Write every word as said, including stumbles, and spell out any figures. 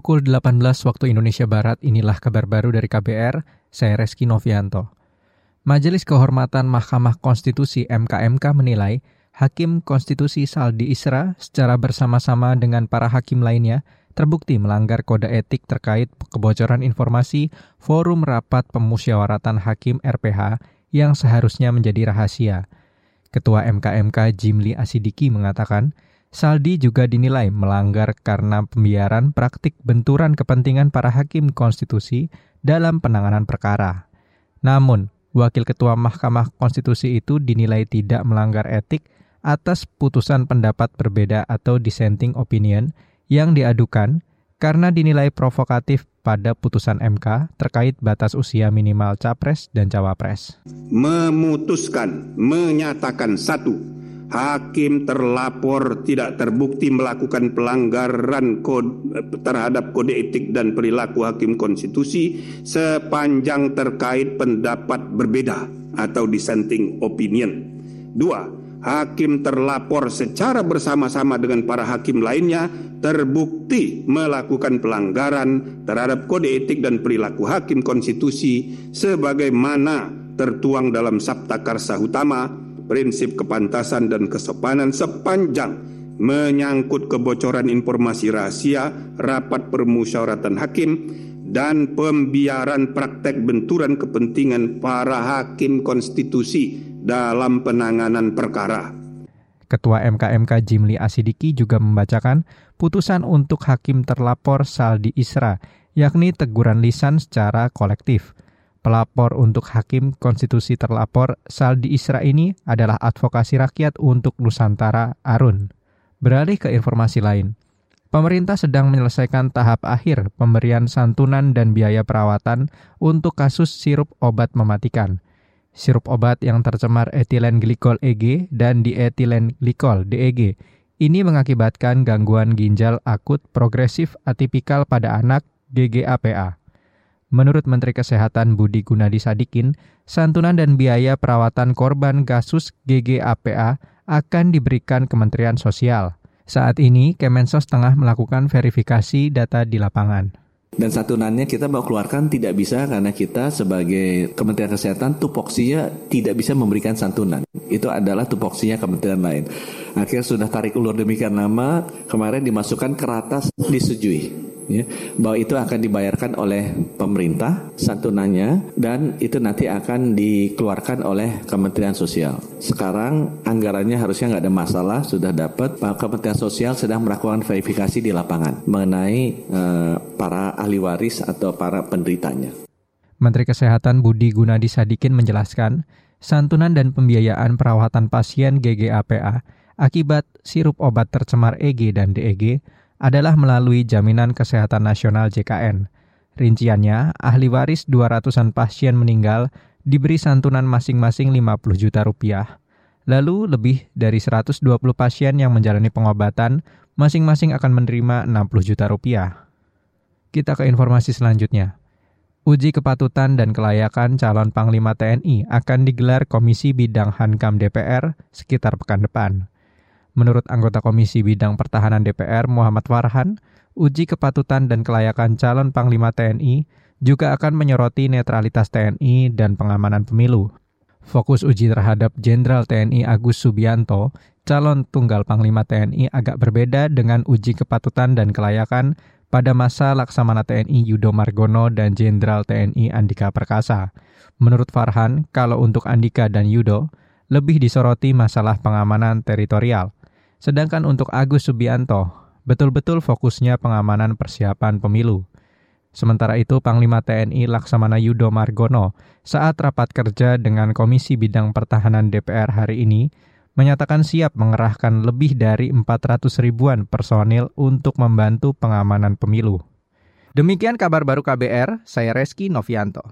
Pukul delapan belas waktu Indonesia Barat, inilah kabar baru dari K B R, saya Reski Novianto. Majelis Kehormatan Mahkamah Konstitusi M K M K menilai Hakim Konstitusi Saldi Isra secara bersama-sama dengan para hakim lainnya terbukti melanggar kode etik terkait kebocoran informasi Forum Rapat Pemusyawaratan Hakim R P H yang seharusnya menjadi rahasia. Ketua M K M K Jimli Asidiki mengatakan, Saldi juga dinilai melanggar karena pembiaran praktik benturan kepentingan para hakim konstitusi dalam penanganan perkara. Namun, Wakil Ketua Mahkamah Konstitusi itu dinilai tidak melanggar etik atas putusan pendapat berbeda atau dissenting opinion yang diadukan karena dinilai provokatif pada putusan M K terkait batas usia minimal capres dan cawapres. Memutuskan, menyatakan satu, hakim terlapor tidak terbukti melakukan pelanggaran kode, terhadap kode etik dan perilaku hakim konstitusi sepanjang terkait pendapat berbeda atau dissenting opinion. Dua, hakim terlapor secara bersama-sama dengan para hakim lainnya terbukti melakukan pelanggaran terhadap kode etik dan perilaku hakim konstitusi sebagaimana tertuang dalam Sabta Karsa Utama, prinsip kepantasan dan kesopanan sepanjang menyangkut kebocoran informasi rahasia rapat permusyawaratan hakim dan pembiaran praktek benturan kepentingan para hakim konstitusi dalam penanganan perkara. Ketua M K M K Jimli Asidiki juga membacakan putusan untuk hakim terlapor Saldi Isra, yakni teguran lisan secara kolektif. Pelapor untuk Hakim Konstitusi terlapor Saldi Isra ini adalah Advokasi Rakyat untuk Nusantara Arun. Beralih ke informasi lain. Pemerintah sedang menyelesaikan tahap akhir pemberian santunan dan biaya perawatan untuk kasus sirup obat mematikan. Sirup obat yang tercemar etilen glikol E G dan dietilen glikol D E G ini mengakibatkan gangguan ginjal akut progresif atipikal pada anak G G A P A. Menurut Menteri Kesehatan Budi Gunadi Sadikin, santunan dan biaya perawatan korban kasus G G A P A akan diberikan Kementerian Sosial. Saat ini, Kemensos tengah melakukan verifikasi data di lapangan. Dan santunannya kita mau keluarkan tidak bisa karena kita sebagai Kementerian Kesehatan tupoksinya tidak bisa memberikan santunan. Itu adalah tupoksinya kementerian lain. Akhirnya sudah tarik ulur demikian lama, kemarin dimasukkan ke ratas disetujui. Ya, bahwa itu akan dibayarkan oleh pemerintah santunannya dan itu nanti akan dikeluarkan oleh Kementerian Sosial. Sekarang anggarannya harusnya nggak ada masalah, sudah dapat. Kementerian Sosial sedang melakukan verifikasi di lapangan mengenai uh, para ahli waris atau para penderitanya. Menteri Kesehatan Budi Gunadi Sadikin menjelaskan, santunan dan pembiayaan perawatan pasien G G A P A akibat sirup obat tercemar E G dan D E G adalah melalui Jaminan Kesehatan Nasional J K N. Rinciannya, ahli waris dua ratusan pasien meninggal diberi santunan masing-masing lima puluh juta rupiah. Lalu lebih dari seratus dua puluh pasien yang menjalani pengobatan masing-masing akan menerima enam puluh juta rupiah. Kita ke informasi selanjutnya. Uji kepatutan dan kelayakan calon Panglima T N I akan digelar Komisi Bidang Hankam D P R sekitar pekan depan. Menurut anggota Komisi Bidang Pertahanan D P R Muhammad Farhan, uji kepatutan dan kelayakan calon Panglima T N I juga akan menyoroti netralitas T N I dan pengamanan pemilu. Fokus uji terhadap Jenderal T N I Agus Subianto, calon tunggal Panglima T N I agak berbeda dengan uji kepatutan dan kelayakan pada masa Laksamana T N I Yudo Margono dan Jenderal T N I Andika Perkasa. Menurut Farhan, kalau untuk Andika dan Yudo, lebih disoroti masalah pengamanan teritorial. Sedangkan untuk Agus Subianto, betul-betul fokusnya pengamanan persiapan pemilu. Sementara itu, Panglima T N I Laksamana Yudo Margono saat rapat kerja dengan Komisi Bidang Pertahanan D P R hari ini menyatakan siap mengerahkan lebih dari empat ratus ribuan personil untuk membantu pengamanan pemilu. Demikian kabar baru K B R, saya Reski Novianto.